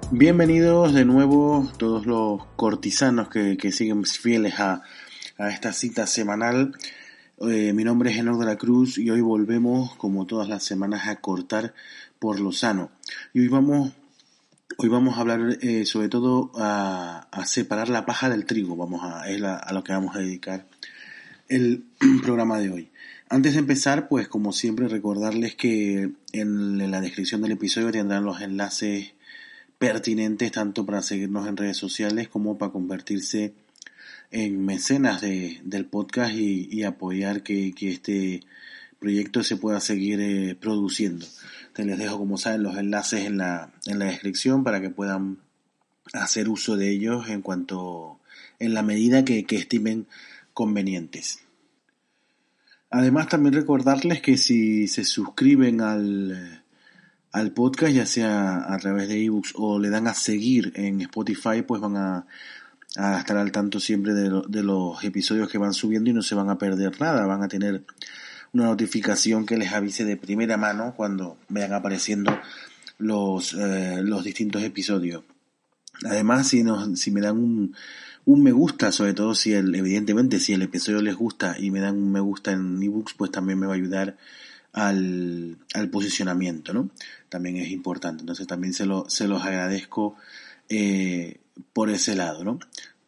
Bienvenidos de nuevo todos los cortisanos que siguen fieles a esta cita semanal. Mi nombre es Enoch de la Cruz y hoy volvemos, como todas las semanas, a cortar por lo sano. Y hoy vamos a hablar sobre todo a separar la paja del trigo. Es a lo que vamos a dedicar el programa de hoy. Antes de empezar, pues como siempre, recordarles que en la descripción del episodio tendrán los enlaces pertinentes tanto para seguirnos en redes sociales como para convertirse en mecenas del podcast y apoyar que este proyecto se pueda seguir produciendo. Te les dejo, como saben, los enlaces en la descripción para que puedan hacer uso de ellos en la medida que estimen convenientes. Además, también recordarles que si se suscriben al podcast, ya sea a través de ebooks o le dan a seguir en Spotify, pues van a estar al tanto siempre de los episodios que van subiendo y no se van a perder nada. Van a tener una notificación que les avise de primera mano cuando vayan apareciendo los distintos episodios. Además, si me dan un me gusta, sobre todo evidentemente si el episodio les gusta y me dan un me gusta en ebooks, pues también me va a ayudar al posicionamiento, ¿no? También es importante. Entonces también se los agradezco por ese lado, ¿no?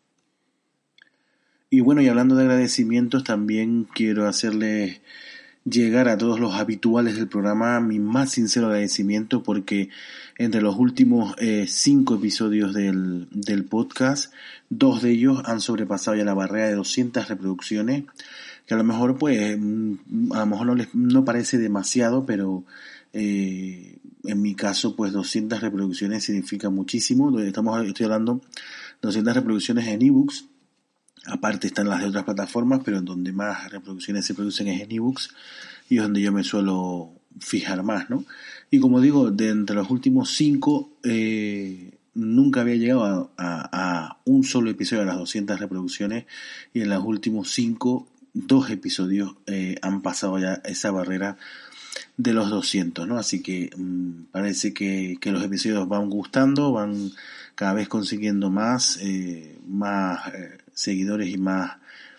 Y bueno, y hablando de agradecimientos, también quiero hacerles llegar a todos los habituales del programa mi más sincero agradecimiento, porque entre los últimos 5 episodios del podcast, 2 de ellos han sobrepasado ya la barrera de 200 reproducciones, que a lo mejor no parece demasiado, pero en mi caso pues 200 reproducciones significa muchísimo. Estoy hablando 200 reproducciones en ebooks. Aparte están las de otras plataformas, pero en donde más reproducciones se producen es en ebooks y es donde yo me suelo fijar más, ¿no? Y como digo, de entre los últimos 5 nunca había llegado a un solo episodio a las 200 reproducciones, y en los últimos 5, 2 episodios han pasado ya esa barrera de los 200, ¿no? Así que parece que los episodios van gustando, van cada vez consiguiendo más seguidores y más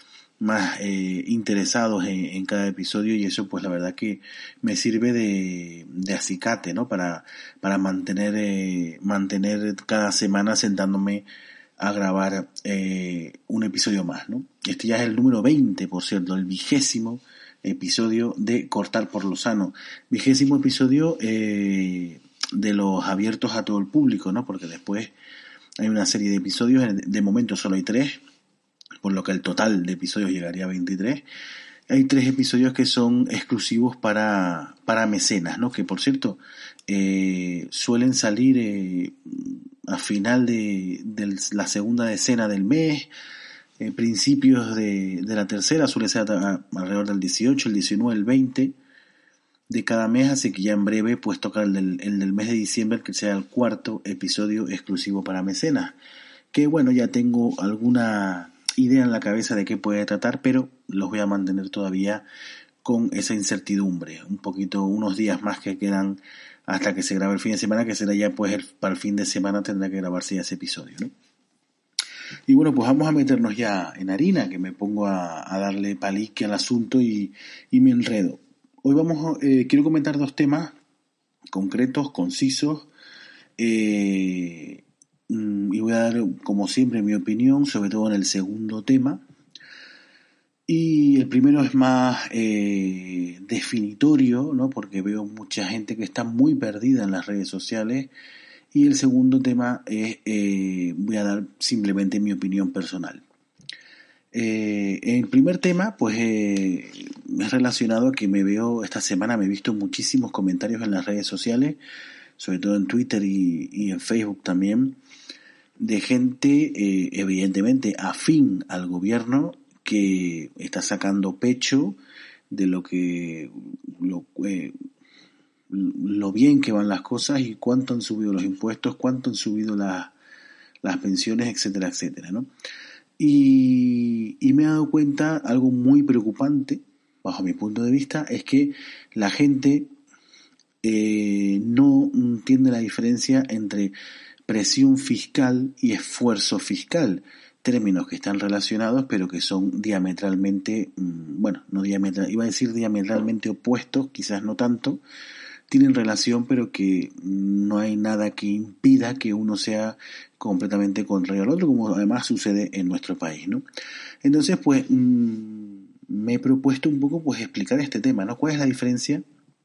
interesados en cada episodio, y eso pues la verdad que me sirve de acicate, ¿no? Para mantener cada semana sentándome a grabar un episodio más, ¿no? Este ya es el número 20, por cierto, el 20º episodio de Cortar por lo Sano. 20º episodio de los abiertos a todo el público, ¿no? Porque después hay una serie de episodios, de momento solo hay 3, por lo que el total de episodios llegaría a 23. Hay 3 episodios que son exclusivos para mecenas, ¿no? Que por cierto suelen salir a final de la segunda decena del mes, principios de la tercera, suele ser alrededor del 18, el 19, el 20 de cada mes, así que ya en breve pues toca el del mes de diciembre, que sea el 4º episodio exclusivo para mecenas, que bueno, ya tengo alguna idea en la cabeza de qué puede tratar, pero los voy a mantener todavía con esa incertidumbre, unos días más que quedan hasta que se grabe el fin de semana, que será ya pues para el fin de semana tendrá que grabarse ya ese episodio, ¿no? Y bueno, pues vamos a meternos ya en harina, que me pongo a darle palique al asunto y me enredo. Hoy quiero comentar 2 temas concretos, concisos, y voy a dar, como siempre, mi opinión, sobre todo en el segundo tema. Y el primero es más definitorio, ¿no? Porque veo mucha gente que está muy perdida en las redes sociales. Y el segundo tema es, voy a dar simplemente mi opinión personal. El primer tema, pues, es relacionado a que esta semana me he visto muchísimos comentarios en las redes sociales, sobre todo en Twitter y en Facebook también, de gente, evidentemente, afín al gobierno, que está sacando pecho de lo bien que van las cosas y cuánto han subido los impuestos, cuánto han subido las pensiones, etcétera, etcétera, ¿no? Y me he dado cuenta, algo muy preocupante, bajo mi punto de vista, es que la gente no entiende la diferencia entre presión fiscal y esfuerzo fiscal, términos que están relacionados pero que son diametralmente, iba a decir diametralmente opuestos, quizás no tanto, tienen relación pero que no hay nada que impida que uno sea completamente contrario al otro, como además sucede en nuestro país, ¿no? Entonces, pues, me he propuesto un poco pues explicar este tema, ¿no? ¿Cuál es la diferencia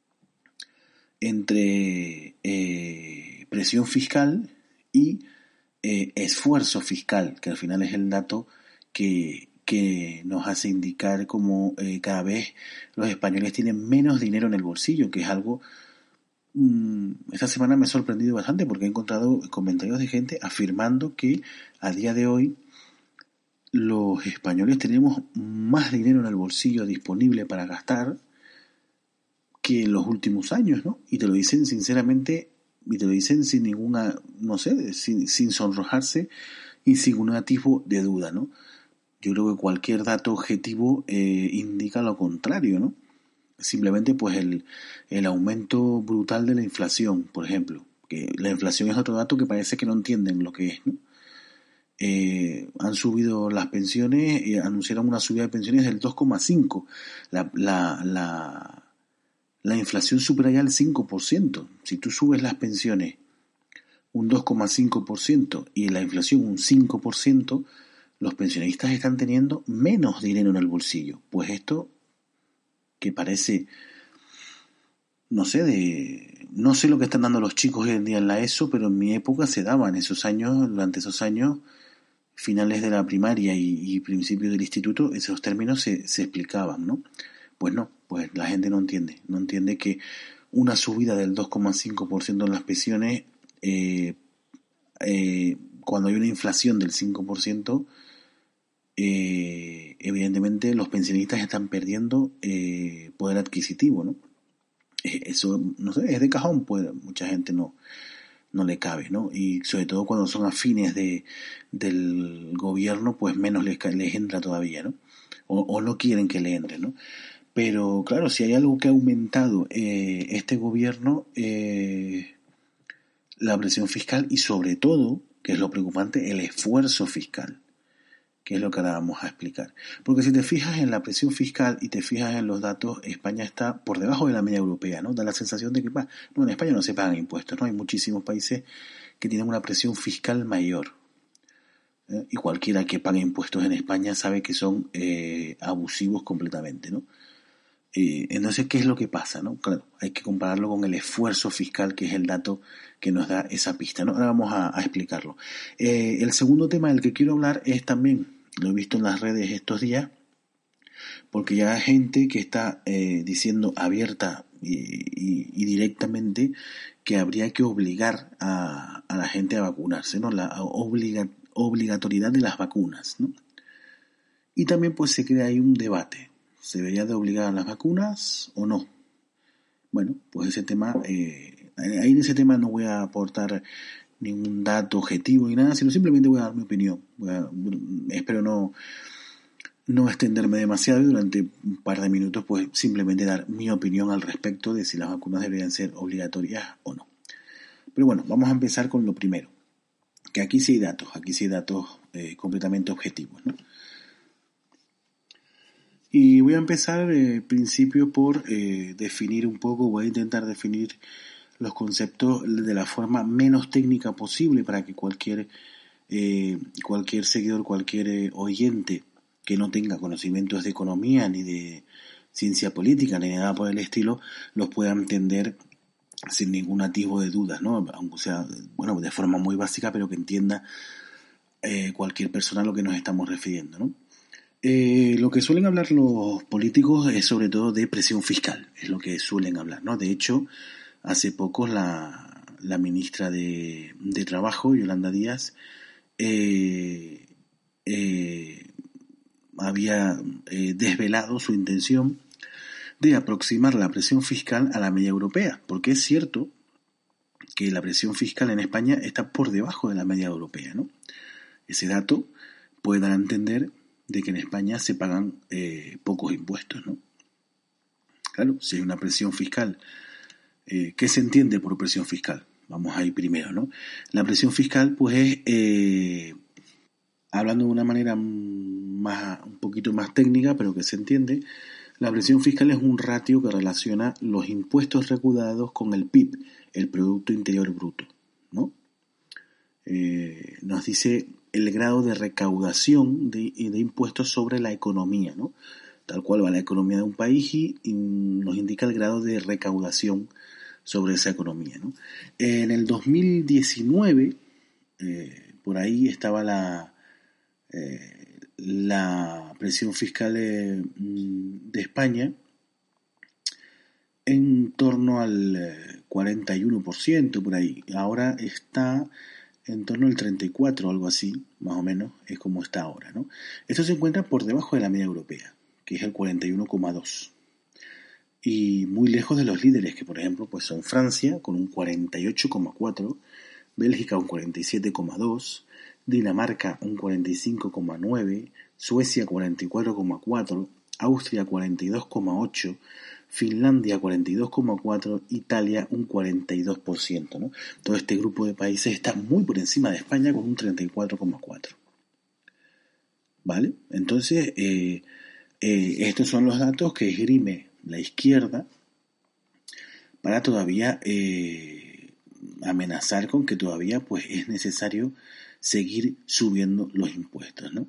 entre presión fiscal y esfuerzo fiscal, que al final es el dato que nos hace indicar cómo cada vez los españoles tienen menos dinero en el bolsillo, que es algo... esta semana me ha sorprendido bastante porque he encontrado comentarios de gente afirmando que a día de hoy los españoles tenemos más dinero en el bolsillo disponible para gastar que en los últimos años, ¿no? Y te lo dicen sinceramente, y te lo dicen sin ninguna, no sé, sin sonrojarse y sin un atisbo de duda, ¿no? Yo creo que cualquier dato objetivo indica lo contrario, ¿no? Simplemente pues el aumento brutal de la inflación, por ejemplo, que la inflación es otro dato que parece que no entienden lo que es, ¿no? Han subido las pensiones, anunciaron una subida de pensiones del 2,5%. La inflación supera ya el 5%. Si tú subes las pensiones un 2,5% y la inflación un 5%, los pensionistas están teniendo menos dinero en el bolsillo. Pues esto, que parece, no sé lo que están dando los chicos hoy en día en la ESO, pero en mi época se daba en esos años, durante esos años, finales de la primaria y principios del instituto, esos términos se explicaban, ¿no? Pues no, pues la gente no entiende que una subida del 2,5% en las pensiones, cuando hay una inflación del 5%, evidentemente los pensionistas están perdiendo poder adquisitivo, ¿no? Eso, no sé, es de cajón, pues mucha gente no le cabe, ¿no? Y sobre todo cuando son afines del gobierno, pues menos les entra todavía, ¿no? O no quieren que le entre, ¿no? Pero claro, si hay algo que ha aumentado este gobierno, la presión fiscal y sobre todo, que es lo preocupante, el esfuerzo fiscal, que es lo que ahora vamos a explicar. Porque si te fijas en la presión fiscal y te fijas en los datos, España está por debajo de la media europea, ¿no? Da la sensación de que, en España no se pagan impuestos, ¿no? Hay muchísimos países que tienen una presión fiscal mayor. Y cualquiera que pague impuestos en España sabe que son abusivos completamente, ¿no? Entonces, ¿qué es lo que pasa, no? Claro, hay que compararlo con el esfuerzo fiscal, que es el dato que nos da esa pista, ¿no? Ahora vamos a explicarlo. El segundo tema del que quiero hablar es también, lo he visto en las redes estos días, porque ya hay gente que está diciendo abierta y directamente que habría que obligar a la gente a vacunarse, ¿no? La obligatoriedad de las vacunas, ¿no? Y también pues se crea ahí un debate. ¿Se debería de obligar a las vacunas o no? Bueno, pues ese tema, ahí en ese tema no voy a aportar ningún dato objetivo ni nada, sino simplemente voy a dar mi opinión. Espero no extenderme demasiado y durante un par de minutos pues simplemente dar mi opinión al respecto de si las vacunas deberían ser obligatorias o no. Pero bueno, vamos a empezar con lo primero, que aquí sí hay datos completamente objetivos, ¿no? Y voy a empezar principio por definir un poco, voy a intentar definir los conceptos de la forma menos técnica posible para que cualquier seguidor, cualquier oyente que no tenga conocimientos de economía ni de ciencia política ni nada por el estilo, los pueda entender sin ningún atisbo de dudas, ¿no? Aunque sea, bueno, de forma muy básica, pero que entienda cualquier persona a lo que nos estamos refiriendo, ¿no? Lo que suelen hablar los políticos es sobre todo de presión fiscal, es lo que suelen hablar, ¿no? De hecho, hace poco la ministra de Trabajo, Yolanda Díaz, había desvelado su intención de aproximar la presión fiscal a la media europea, porque es cierto que la presión fiscal en España está por debajo de la media europea, ¿no? Ese dato puede dar a entender de que en España se pagan pocos impuestos, ¿no? Claro, si hay una presión fiscal, ¿qué se entiende por presión fiscal? vamos a ir primero, ¿no? La presión fiscal, pues es, hablando de una manera un poquito más técnica, pero que se entiende, la presión fiscal es un ratio que relaciona los impuestos recaudados con el PIB, el Producto Interior Bruto, ¿no? Nos dice el grado de recaudación de impuestos sobre la economía, ¿no? Tal cual va la economía de un país y nos indica el grado de recaudación sobre esa economía, ¿no? En el 2019, por ahí estaba la presión fiscal de España en torno al 41%, por ahí. Ahora está en torno al 34%, algo así, más o menos, es como está ahora, ¿no? Esto se encuentra por debajo de la media europea, que es el 41,2%. Y muy lejos de los líderes, que por ejemplo pues son Francia con un 48,4%, Bélgica un 47,2%, Dinamarca un 45,9%, Suecia 44,4%, Austria 42,8%, Finlandia 42,4%, Italia un 42%, ¿no? Todo este grupo de países está muy por encima de España con un 34,4%. ¿Vale? Entonces, estos son los datos que esgrime la izquierda para todavía amenazar con que todavía pues es necesario seguir subiendo los impuestos, ¿no?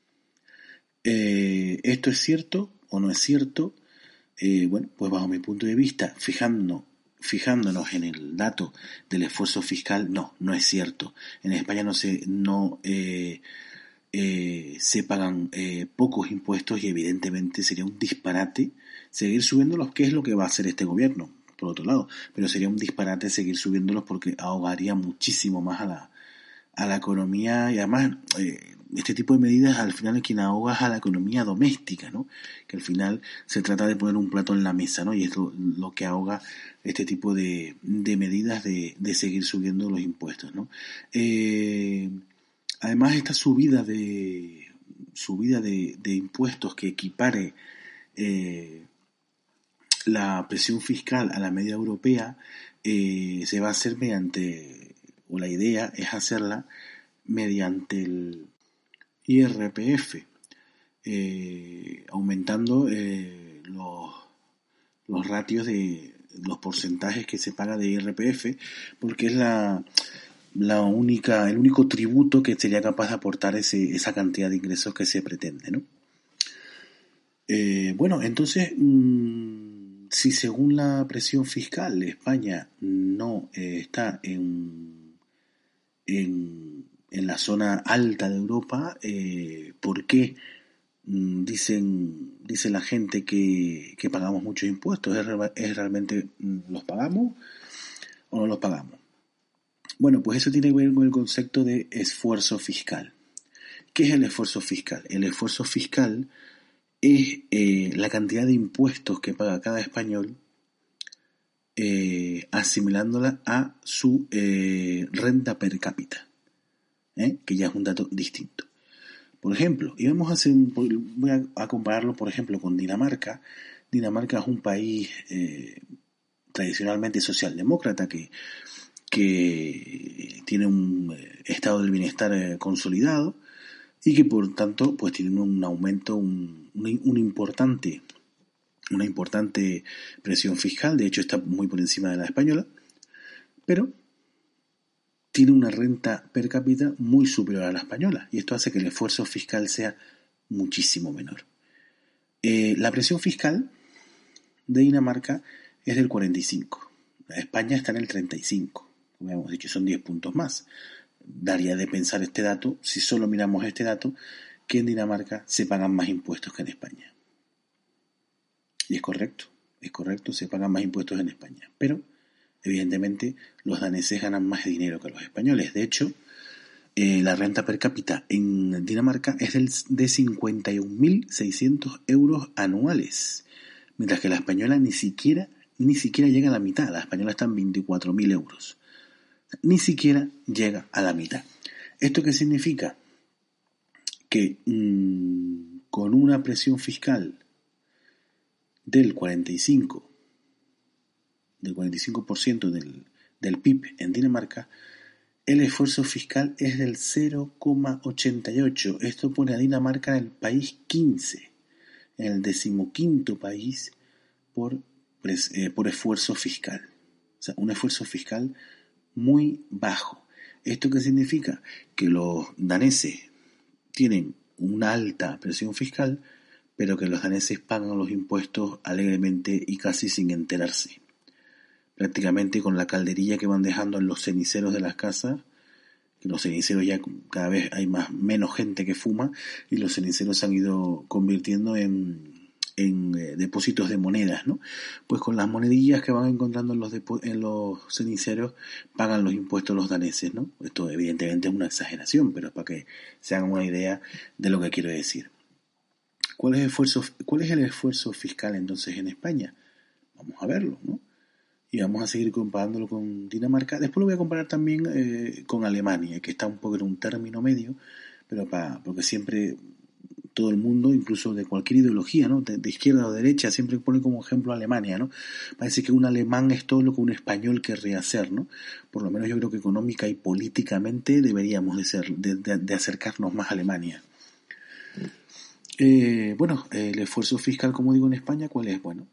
¿Esto es cierto o no es cierto? Bueno, pues bajo mi punto de vista, fijándonos en el dato del esfuerzo fiscal, no es cierto. En España se pagan pocos impuestos y evidentemente sería un disparate seguir subiéndolos, que es lo que va a hacer este gobierno, por otro lado, pero sería un disparate seguir subiéndolos porque ahogaría muchísimo más a la economía y además este tipo de medidas al final es quien ahoga a la economía doméstica, ¿no? Que al final se trata de poner un plato en la mesa, ¿no? Y es lo que ahoga este tipo de medidas de seguir subiendo los impuestos, ¿no? Además esta subida de impuestos que equipare la presión fiscal a la media europea se va a hacer o la idea es hacerla mediante el IRPF, aumentando los ratios de los porcentajes que se paga de IRPF, porque es el único tributo que sería capaz de aportar esa cantidad de ingresos que se pretende, ¿no? Bueno, entonces, si según la presión fiscal España no está en la zona alta de Europa, ¿por qué dice la gente que pagamos muchos impuestos? ¿Es realmente los pagamos o no los pagamos? Bueno, pues eso tiene que ver con el concepto de esfuerzo fiscal. ¿Qué es el esfuerzo fiscal? El esfuerzo fiscal es la cantidad de impuestos que paga cada español asimilándola a su renta per cápita, que ya es un dato distinto. Por ejemplo, voy a compararlo, por ejemplo, con Dinamarca. Dinamarca es un país tradicionalmente socialdemócrata que tiene un estado del bienestar consolidado y que por tanto pues tiene un aumento, una importante presión fiscal. De hecho está muy por encima de la española, pero tiene una renta per cápita muy superior a la española y esto hace que el esfuerzo fiscal sea muchísimo menor. La presión fiscal de Dinamarca es del 45%, España está en el 35%, como hemos dicho, son 10 puntos más. Daría de pensar este dato, si solo miramos este dato, que en Dinamarca se pagan más impuestos que en España. Y es correcto, se pagan más impuestos en España, pero evidentemente los daneses ganan más dinero que los españoles. De hecho, la renta per cápita en Dinamarca es de 51.600 euros anuales, mientras que la española ni siquiera llega a la mitad. La española está en 24.000 euros. Ni siquiera llega a la mitad. ¿Esto qué significa? Que con una presión fiscal del 45% del PIB en Dinamarca, el esfuerzo fiscal es del 0,88. Esto pone a Dinamarca en el país 15, en el 15º país por esfuerzo fiscal. O sea, un esfuerzo fiscal muy bajo. ¿Esto qué significa? Que los daneses tienen una alta presión fiscal, pero que los daneses pagan los impuestos alegremente y casi sin enterarse. Prácticamente con la calderilla que van dejando en los ceniceros de las casas, que los ceniceros ya cada vez hay menos gente que fuma, y los ceniceros se han ido convirtiendo en depósitos de monedas, ¿no? Pues con las monedillas que van encontrando en los ceniceros pagan los impuestos los daneses, ¿no? Esto evidentemente es una exageración, pero es para que se hagan una idea de lo que quiero decir. ¿Cuál es el esfuerzo fiscal entonces en España? Vamos a verlo, ¿no? Y vamos a seguir comparándolo con Dinamarca. Después lo voy a comparar también con Alemania, que está un poco en un término medio, pero porque siempre todo el mundo, incluso de cualquier ideología, ¿no? De izquierda o derecha, siempre pone como ejemplo a Alemania, ¿no? Parece que un alemán es todo lo que un español querría ser, ¿no? Por lo menos yo creo que económica y políticamente deberíamos de acercarnos más a Alemania. El esfuerzo fiscal, como digo, en España, ¿cuál es? Bueno,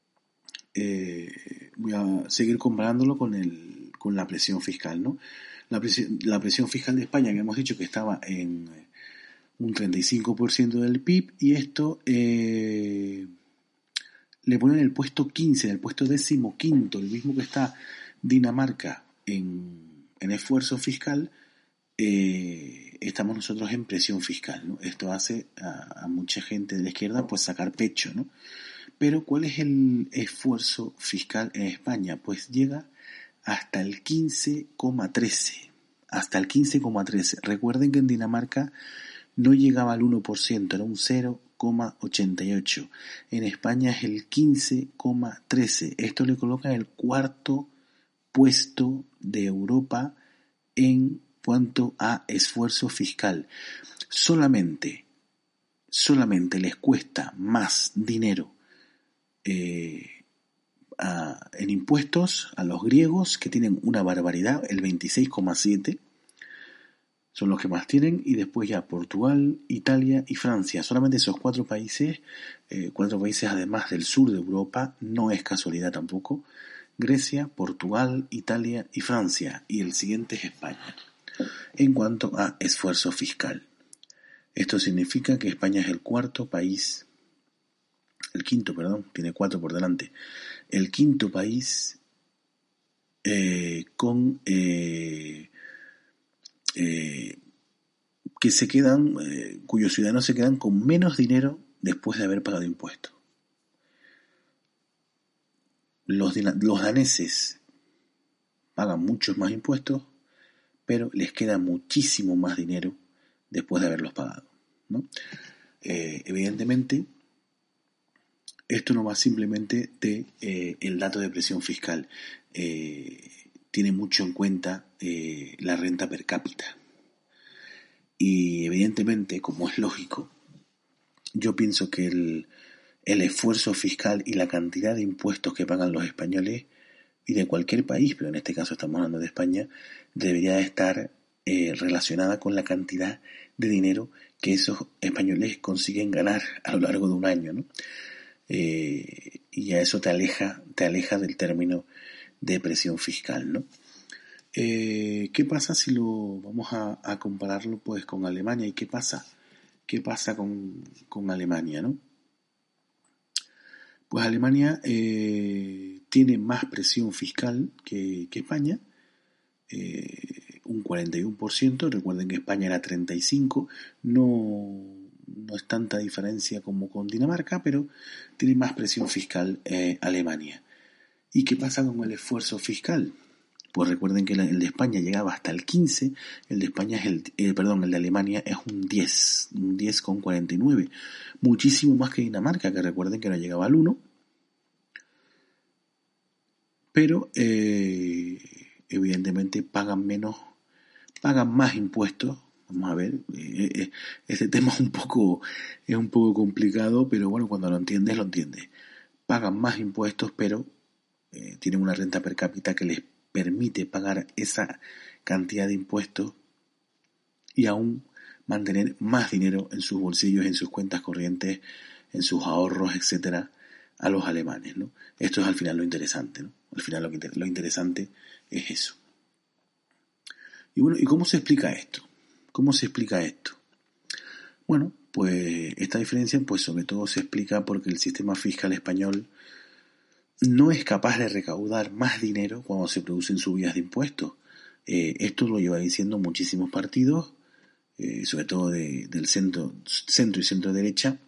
voy a seguir comparándolo con la presión fiscal, ¿no? La presión fiscal de España, habíamos dicho que estaba en un 35% del PIB, y esto le ponen el puesto 15, en el puesto 15º, el mismo que está Dinamarca en esfuerzo fiscal. Estamos nosotros en presión fiscal, ¿no? Esto hace a mucha gente de la izquierda pues sacar pecho, ¿no? Pero ¿cuál es el esfuerzo fiscal en España? Pues llega hasta el 15,13. Hasta el 15,13. Recuerden que en Dinamarca no llegaba al 1%, era un 0,88. En España es el 15,13. Esto le coloca en el cuarto puesto de Europa en cuanto a esfuerzo fiscal. Solamente les cuesta más dinero en impuestos a los griegos, que tienen una barbaridad, el 26,7%, son los que más tienen, y después ya Portugal, Italia y Francia. Solamente esos cuatro países además del sur de Europa, no es casualidad tampoco: Grecia, Portugal, Italia y Francia, y el siguiente es España. En cuanto a esfuerzo fiscal, esto significa que España es el quinto, tiene 4 por delante, el quinto país cuyos ciudadanos se quedan con menos dinero después de haber pagado impuestos. Los daneses pagan muchos más impuestos, pero les queda muchísimo más dinero después de haberlos pagado, ¿no? Evidentemente, esto no va simplemente de el dato de presión fiscal. Tiene mucho en cuenta la renta per cápita. Y evidentemente, como es lógico, yo pienso que el esfuerzo fiscal y la cantidad de impuestos que pagan los españoles, y de cualquier país, pero en este caso estamos hablando de España, debería estar relacionada con la cantidad de dinero que esos españoles consiguen ganar a lo largo de un año, ¿no? Y a eso te aleja del término de presión fiscal, ¿no? ¿Qué pasa si lo vamos a compararlo pues con Alemania? ¿Y qué pasa con Alemania, ¿no? Pues Alemania tiene más presión fiscal que España, un 41%. Recuerden que España era 35%, no es tanta diferencia como con Dinamarca, pero tiene más presión fiscal Alemania. ¿Y qué pasa con el esfuerzo fiscal? Pues recuerden que el de España llegaba hasta el 15, el de España el de Alemania es un 10,49, muchísimo más que Dinamarca, que recuerden que no llegaba al 1, pero evidentemente pagan más impuestos. Vamos a ver, este tema es un poco complicado, pero bueno, cuando lo entiendes. Pagan más impuestos, pero tienen una renta per cápita que les permite pagar esa cantidad de impuestos y aún mantener más dinero en sus bolsillos, en sus cuentas corrientes, en sus ahorros, etcétera, a los alemanes, ¿no? Esto es al final lo interesante, ¿no? Al final lo interesante es eso. Y bueno, ¿y cómo se explica esto? ¿Cómo se explica esto? Bueno, pues esta diferencia pues sobre todo se explica porque el sistema fiscal español no es capaz de recaudar más dinero cuando se producen subidas de impuestos. Esto lo lleva diciendo muchísimos partidos, sobre todo del centro y centro derecha,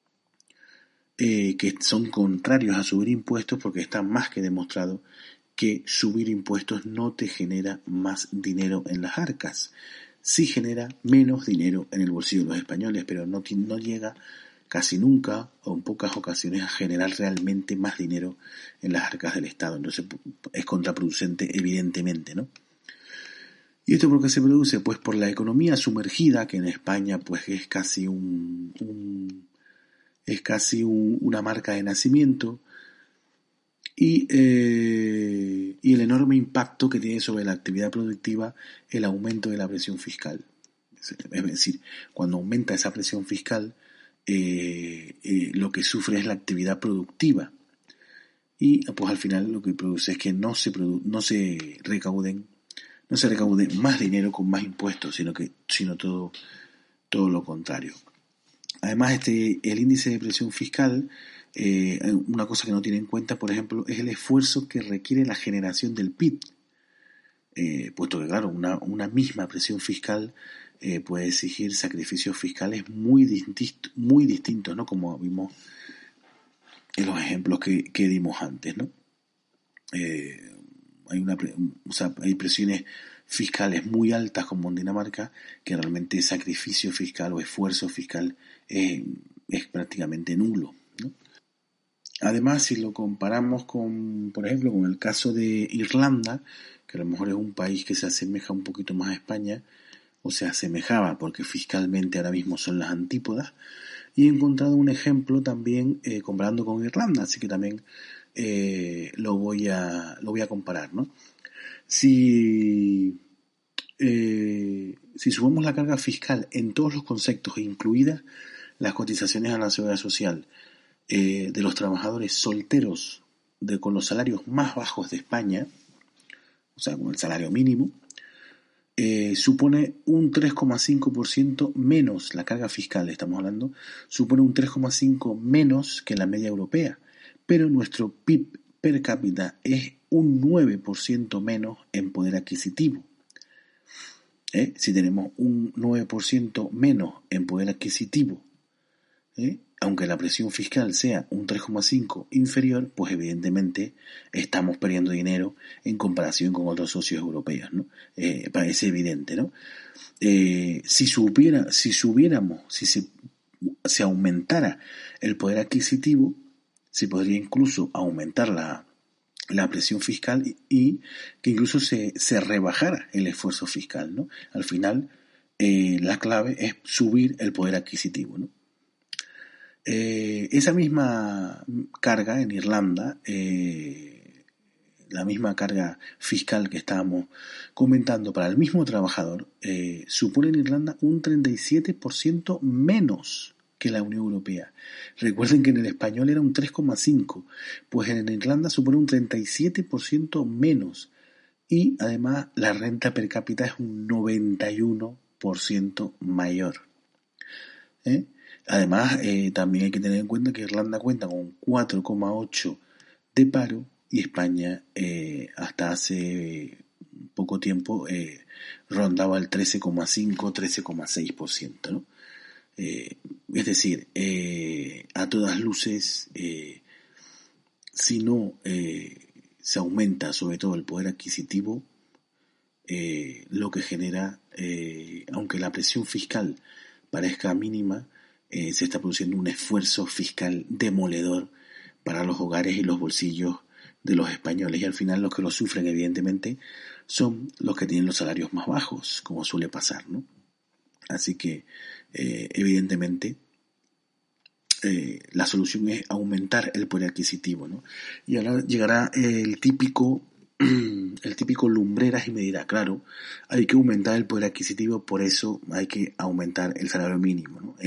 que son contrarios a subir impuestos porque está más que demostrado que subir impuestos no te genera más dinero en las arcas. Sí genera menos dinero en el bolsillo de los españoles, pero no llega casi nunca o en pocas ocasiones a generar realmente más dinero en las arcas del Estado. Entonces es contraproducente evidentemente, ¿no? ¿Y esto por qué se produce? Pues por la economía sumergida, que en España pues es casi una marca de nacimiento, y el enorme impacto que tiene sobre la actividad productiva el aumento de la presión fiscal. Es decir, cuando aumenta esa presión fiscal, lo que sufre es la actividad productiva. Y pues al final lo que produce es que no se recaude más dinero con más impuestos, sino todo lo contrario. Además, el índice de presión fiscal, una cosa que no tiene en cuenta, por ejemplo, es el esfuerzo que requiere la generación del PIB. Puesto que, claro, una misma presión fiscal puede exigir sacrificios fiscales muy distintos, ¿no? Como vimos en los ejemplos que dimos antes, ¿no? Hay presiones fiscales muy altas como en Dinamarca, que realmente sacrificio fiscal o esfuerzo fiscal es prácticamente nulo, ¿no? Además, si lo comparamos por ejemplo, con el caso de Irlanda, que a lo mejor es un país que se asemeja un poquito más a España, o se asemejaba porque fiscalmente ahora mismo son las antípodas, y he encontrado un ejemplo también comparando con Irlanda, así que también lo voy a comparar, ¿no? Si sumamos la carga fiscal en todos los conceptos, incluidas las cotizaciones a la seguridad social de los trabajadores solteros con los salarios más bajos de España, o sea, con el salario mínimo, supone un 3,5% menos, la carga fiscal estamos hablando, supone un 3,5% menos que la media europea, pero nuestro PIB per cápita es un 9% menos en poder adquisitivo. Si tenemos un 9% menos en poder adquisitivo, aunque la presión fiscal sea un 3,5% inferior, pues evidentemente estamos perdiendo dinero en comparación con otros socios europeos, ¿no? Parece evidente, ¿no? Si se aumentara el poder adquisitivo, se podría incluso aumentar la presión fiscal y que incluso se rebajara el esfuerzo fiscal, ¿no? Al final, la clave es subir el poder adquisitivo, ¿no? Esa misma carga en Irlanda, la misma carga fiscal que estábamos comentando para el mismo trabajador, supone en Irlanda un 37% menos que la Unión Europea. Recuerden que en el español era un 3,5%, pues en Irlanda supone un 37% menos. Y además la renta per cápita es un 91% mayor. Además, también hay que tener en cuenta que Irlanda cuenta con 4,8% de paro y España hasta hace poco tiempo rondaba el 13,5-13,6%, ¿no? Es decir, a todas luces, si no se aumenta sobre todo el poder adquisitivo, lo que genera, aunque la presión fiscal parezca mínima, se está produciendo un esfuerzo fiscal demoledor para los hogares y los bolsillos de los españoles, y al final los que lo sufren evidentemente son los que tienen los salarios más bajos, como suele pasar, ¿no? Así que evidentemente la solución es aumentar el poder adquisitivo, ¿no? Y ahora llegará el típico el típico lumbreras y me dirá, claro, hay que aumentar el poder adquisitivo, por eso hay que aumentar el salario mínimo, ¿no?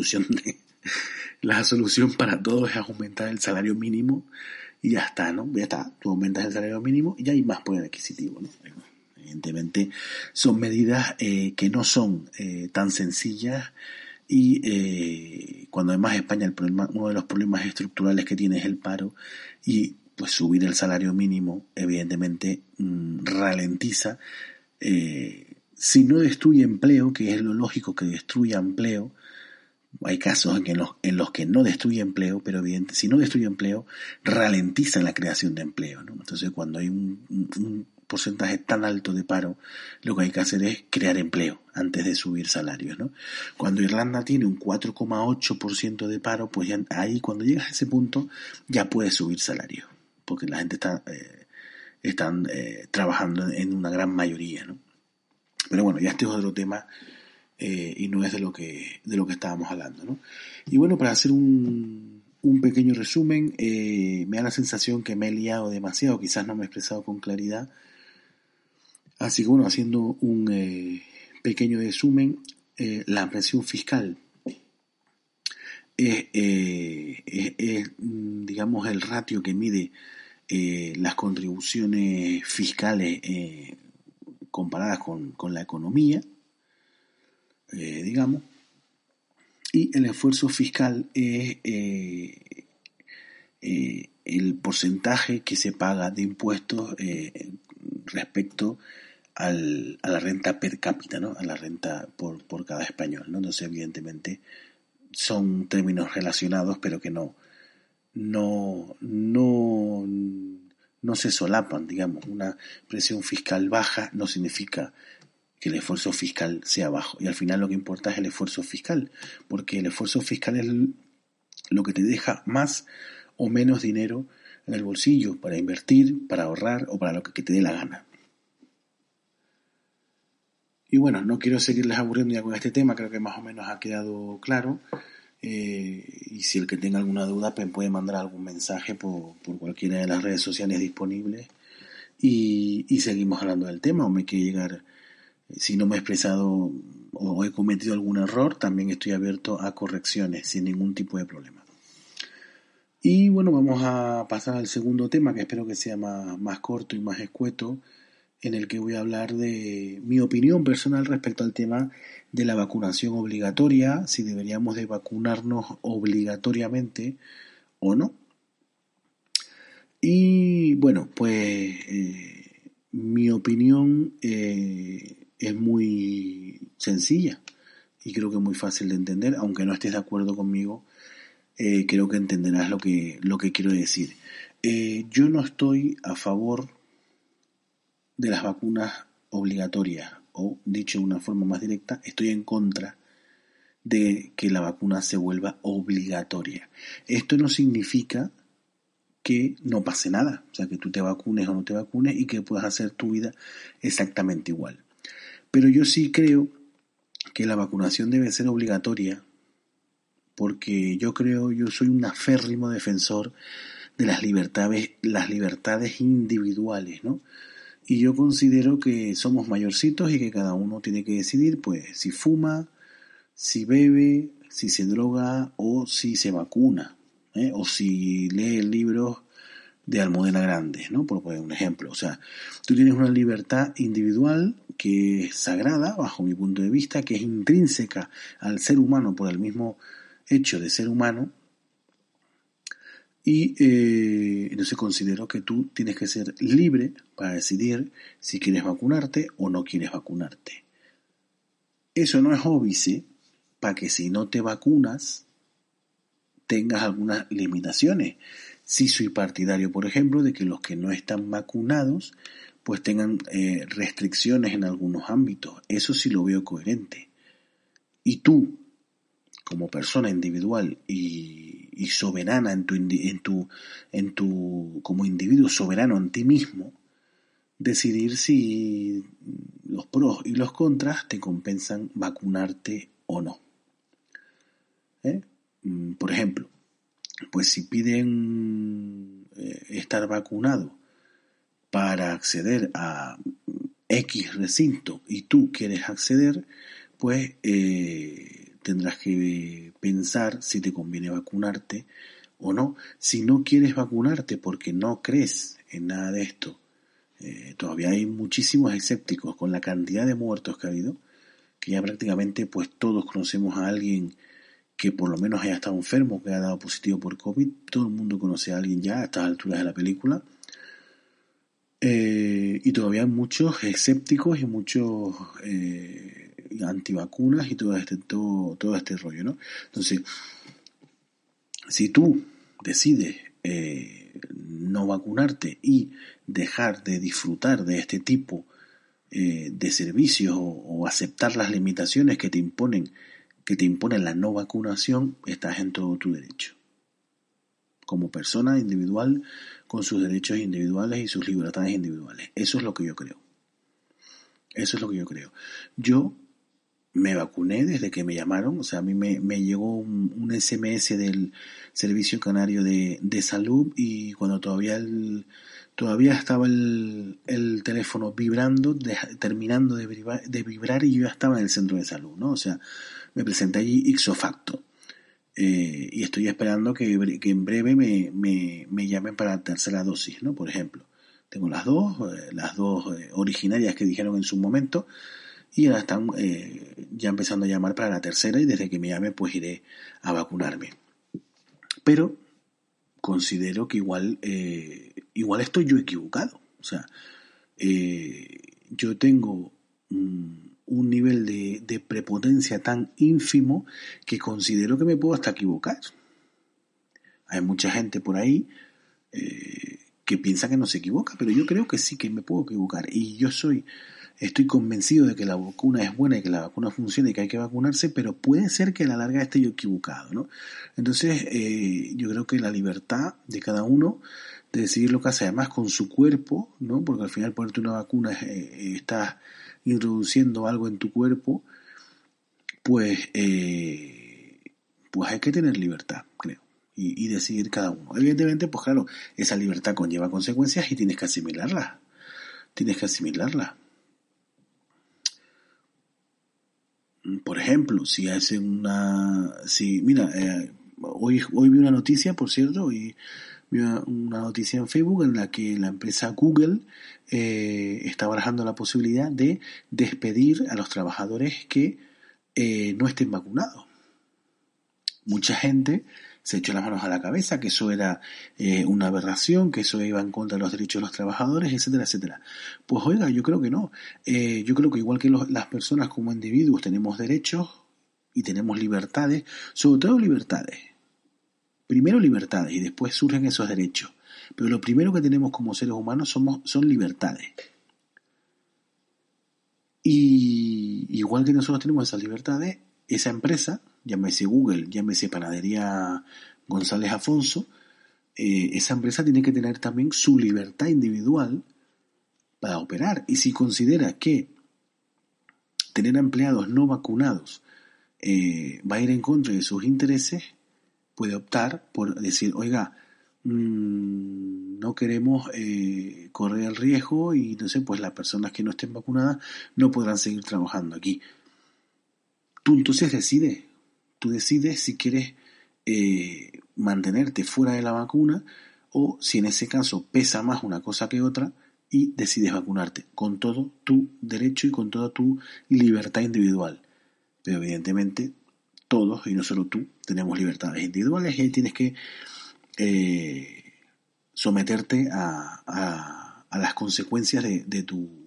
La solución para todo es aumentar el salario mínimo y ya está, ¿no? Ya está, tú aumentas el salario mínimo y ya hay más poder adquisitivo, ¿no? Evidentemente son medidas que no son tan sencillas y cuando además España uno de los problemas estructurales que tiene es el paro y pues subir el salario mínimo evidentemente ralentiza, si no destruye empleo, que es lo lógico que destruya empleo. Hay casos en los que no destruye empleo, pero si no destruye empleo, ralentiza la creación de empleo, ¿no? Entonces, cuando hay un porcentaje tan alto de paro, lo que hay que hacer es crear empleo antes de subir salarios, ¿no? Cuando Irlanda tiene un 4,8% de paro, pues ya ahí cuando llegas a ese punto ya puedes subir salarios, porque la gente están trabajando en una gran mayoría, ¿no? Pero bueno, ya este es otro tema y no es de lo que estábamos hablando, ¿no? Y bueno, para hacer un pequeño resumen, me da la sensación que me he liado demasiado, quizás no me he expresado con claridad, así que bueno, haciendo un pequeño resumen, la presión fiscal es, digamos, el ratio que mide las contribuciones fiscales comparadas con la economía, digamos, y el esfuerzo fiscal es el porcentaje que se paga de impuestos respecto a la renta per cápita, ¿no? A la renta por cada español, ¿no? Entonces, evidentemente, son términos relacionados, pero que no se solapan, digamos. Una presión fiscal baja no significa que el esfuerzo fiscal sea bajo. Y al final lo que importa es el esfuerzo fiscal, porque el esfuerzo fiscal es lo que te deja más o menos dinero en el bolsillo para invertir, para ahorrar o para lo que te dé la gana. Y bueno, no quiero seguirles aburriendo ya con este tema, creo que más o menos ha quedado claro. Y si el que tenga alguna duda pues puede mandar algún mensaje por cualquiera de las redes sociales disponibles y seguimos hablando del tema, o me quiere llegar. Si no me he expresado o he cometido algún error, también estoy abierto a correcciones sin ningún tipo de problema. Y bueno, vamos a pasar al segundo tema, que espero que sea más corto y más escueto, en el que voy a hablar de mi opinión personal respecto al tema de la vacunación obligatoria, si deberíamos de vacunarnos obligatoriamente o no. Y bueno, pues mi opinión es muy sencilla y creo que muy fácil de entender, aunque no estés de acuerdo conmigo, creo que entenderás lo que quiero decir. Yo no estoy a favor de las vacunas obligatorias, o dicho de una forma más directa, estoy en contra de que la vacuna se vuelva obligatoria. Esto no significa que no pase nada, o sea, que tú te vacunes o no te vacunes y que puedas hacer tu vida exactamente igual. Pero yo sí creo que la vacunación debe ser obligatoria porque yo soy un aférrimo defensor de las libertades individuales, ¿no? Y yo considero que somos mayorcitos y que cada uno tiene que decidir, pues, si fuma, si bebe, si se droga o si se vacuna, o si lee libros de Almudena Grandes, ¿no? Por poner un ejemplo. O sea, tú tienes una libertad individual que es sagrada, bajo mi punto de vista, que es intrínseca al ser humano por el mismo hecho de ser humano, y entonces considero que tú tienes que ser libre para decidir si quieres vacunarte o no quieres vacunarte. Eso no es óbice para que si no te vacunas tengas algunas limitaciones. Sí soy partidario, por ejemplo, de que los que no están vacunados pues tengan restricciones en algunos ámbitos. Eso sí lo veo coherente. Y tú, como persona individual y soberana como individuo soberano en ti mismo, decidir si los pros y los contras te compensan vacunarte o no. Por ejemplo, pues si piden estar vacunado para acceder a X recinto y tú quieres acceder, pues tendrás que pensar si te conviene vacunarte o no. Si no quieres vacunarte porque no crees en nada de esto, todavía hay muchísimos escépticos con la cantidad de muertos que ha habido, que ya prácticamente pues todos conocemos a alguien que por lo menos haya estado enfermo, que haya dado positivo por COVID. Todo el mundo conoce a alguien ya a estas alturas de la película. Y todavía hay muchos escépticos y muchos antivacunas y todo este rollo, ¿no? Entonces, si tú decides no vacunarte y dejar de disfrutar de este tipo de servicios o aceptar las limitaciones que te imponen la no vacunación, estás en todo tu derecho. Como persona individual, con sus derechos individuales y sus libertades individuales. Eso es lo que yo creo. Yo me vacuné desde que me llamaron, o sea, a mí me llegó un SMS del Servicio Canario de Salud, y cuando todavía estaba el teléfono vibrando, terminando de vibrar, y yo ya estaba en el centro de salud, ¿no? O sea, me presenté allí ipso facto. Y estoy esperando que en breve me llamen para la tercera dosis, ¿no? Por ejemplo, tengo las dos originarias que dijeron en su momento, y ahora están ya empezando a llamar para la tercera, y desde que me llamen pues iré a vacunarme. Pero considero que igual estoy yo equivocado. O sea, yo tengo un nivel de prepotencia tan ínfimo que considero que me puedo hasta equivocar. Hay mucha gente por ahí que piensa que no se equivoca, pero yo creo que sí que me puedo equivocar, y estoy convencido de que la vacuna es buena y que la vacuna funciona y que hay que vacunarse, pero puede ser que a la larga esté yo equivocado, ¿no? Entonces, yo creo que la libertad de cada uno de decidir lo que hace, además con su cuerpo, ¿no? Porque al final ponerte una vacuna estás introduciendo algo en tu cuerpo, pues hay que tener libertad, creo, y decidir cada uno. Evidentemente, pues claro, esa libertad conlleva consecuencias y tienes que asimilarlas. Por ejemplo, hoy vi una noticia, por cierto, y vi una noticia en Facebook en la que la empresa Google está barajando la posibilidad de despedir a los trabajadores que no estén vacunados. Mucha gente se echó las manos a la cabeza, que eso era una aberración, que eso iba en contra de los derechos de los trabajadores, etcétera, etcétera. Pues oiga, yo creo que no. Yo creo que igual que las personas como individuos tenemos derechos y tenemos libertades, sobre todo libertades. Primero libertades y después surgen esos derechos. Pero lo primero que tenemos como seres humanos son libertades. Y igual que nosotros tenemos esas libertades, esa empresa, llámese Google, llámese Panadería González Afonso, esa empresa tiene que tener también su libertad individual para operar. Y si considera que tener empleados no vacunados va a ir en contra de sus intereses, puede optar por decir, oiga, no queremos correr el riesgo, y entonces pues las personas que no estén vacunadas no podrán seguir trabajando aquí. Tú entonces decides si quieres mantenerte fuera de la vacuna, o si en ese caso pesa más una cosa que otra y decides vacunarte con todo tu derecho y con toda tu libertad individual. Pero evidentemente todos, y no solo tú, tenemos libertades individuales, y ahí tienes que someterte a las consecuencias de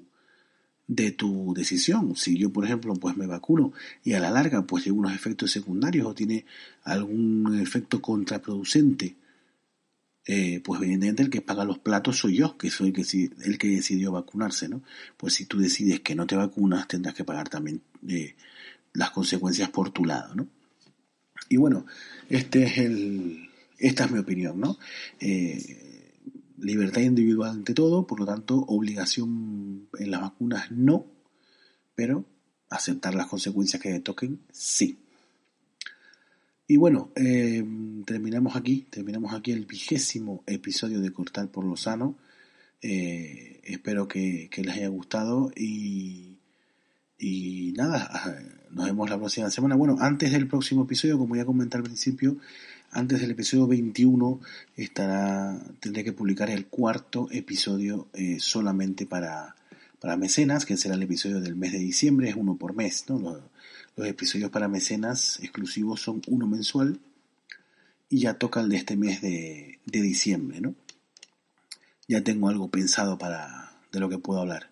tu decisión. Si yo, por ejemplo, pues me vacuno y a la larga pues llevo unos efectos secundarios o tiene algún efecto contraproducente, pues evidentemente el que paga los platos soy yo, que soy el que decidió vacunarse, ¿no? Pues si tú decides que no te vacunas, tendrás que pagar también las consecuencias por tu lado, ¿no? Y bueno, esta es mi opinión, ¿no? Libertad individual ante todo, por lo tanto, obligación en las vacunas no, pero aceptar las consecuencias que toquen sí. Y bueno, terminamos aquí el 20º episodio de Cortar por lo Sano. Espero que les haya gustado y nada, nos vemos la próxima semana. Bueno, antes del próximo episodio, como ya comenté al principio, antes del episodio 21 tendré que publicar el cuarto episodio solamente para mecenas, que será el episodio del mes de diciembre, es uno por mes, ¿no? Los episodios para mecenas exclusivos son uno mensual y ya toca el de este mes de diciembre, ¿no? Ya tengo algo pensado de lo que puedo hablar.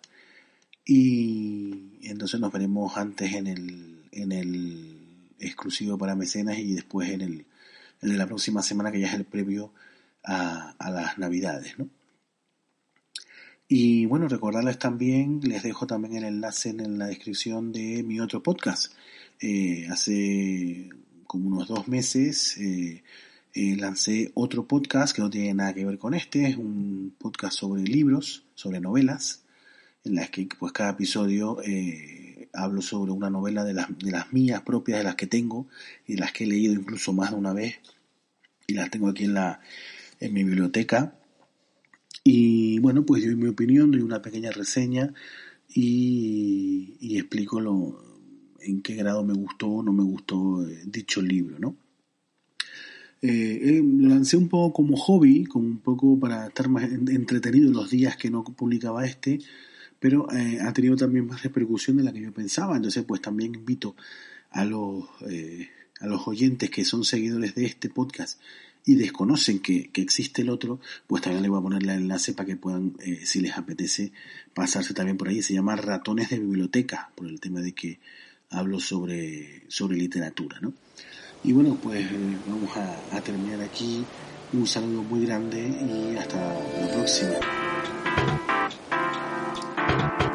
Y entonces nos veremos antes en el exclusivo para mecenas y después en el de la próxima semana, que ya es el previo a las Navidades, ¿no? Y bueno, recordarles también, les dejo también el enlace en la descripción de mi otro podcast. Hace como unos 2 meses lancé otro podcast que no tiene nada que ver con este. Es un podcast sobre libros, sobre novelas, en las que pues cada episodio hablo sobre una novela de las mías propias, de las que tengo y de las que he leído incluso más de una vez y las tengo aquí en mi biblioteca. Y bueno, pues doy mi opinión, doy una pequeña reseña y explico en qué grado me gustó o no me gustó dicho libro, ¿no? Lo lancé un poco como hobby, como un poco para estar más entretenido en los días que no publicaba pero ha tenido también más repercusión de la que yo pensaba. Entonces pues también invito a los oyentes que son seguidores de este podcast y desconocen que existe el otro, pues también les voy a poner el enlace para que puedan, si les apetece, pasarse también por ahí. Se llama Ratones de Biblioteca, por el tema de que hablo sobre literatura, ¿no? Y bueno, pues vamos a terminar aquí. Un saludo muy grande y hasta la próxima.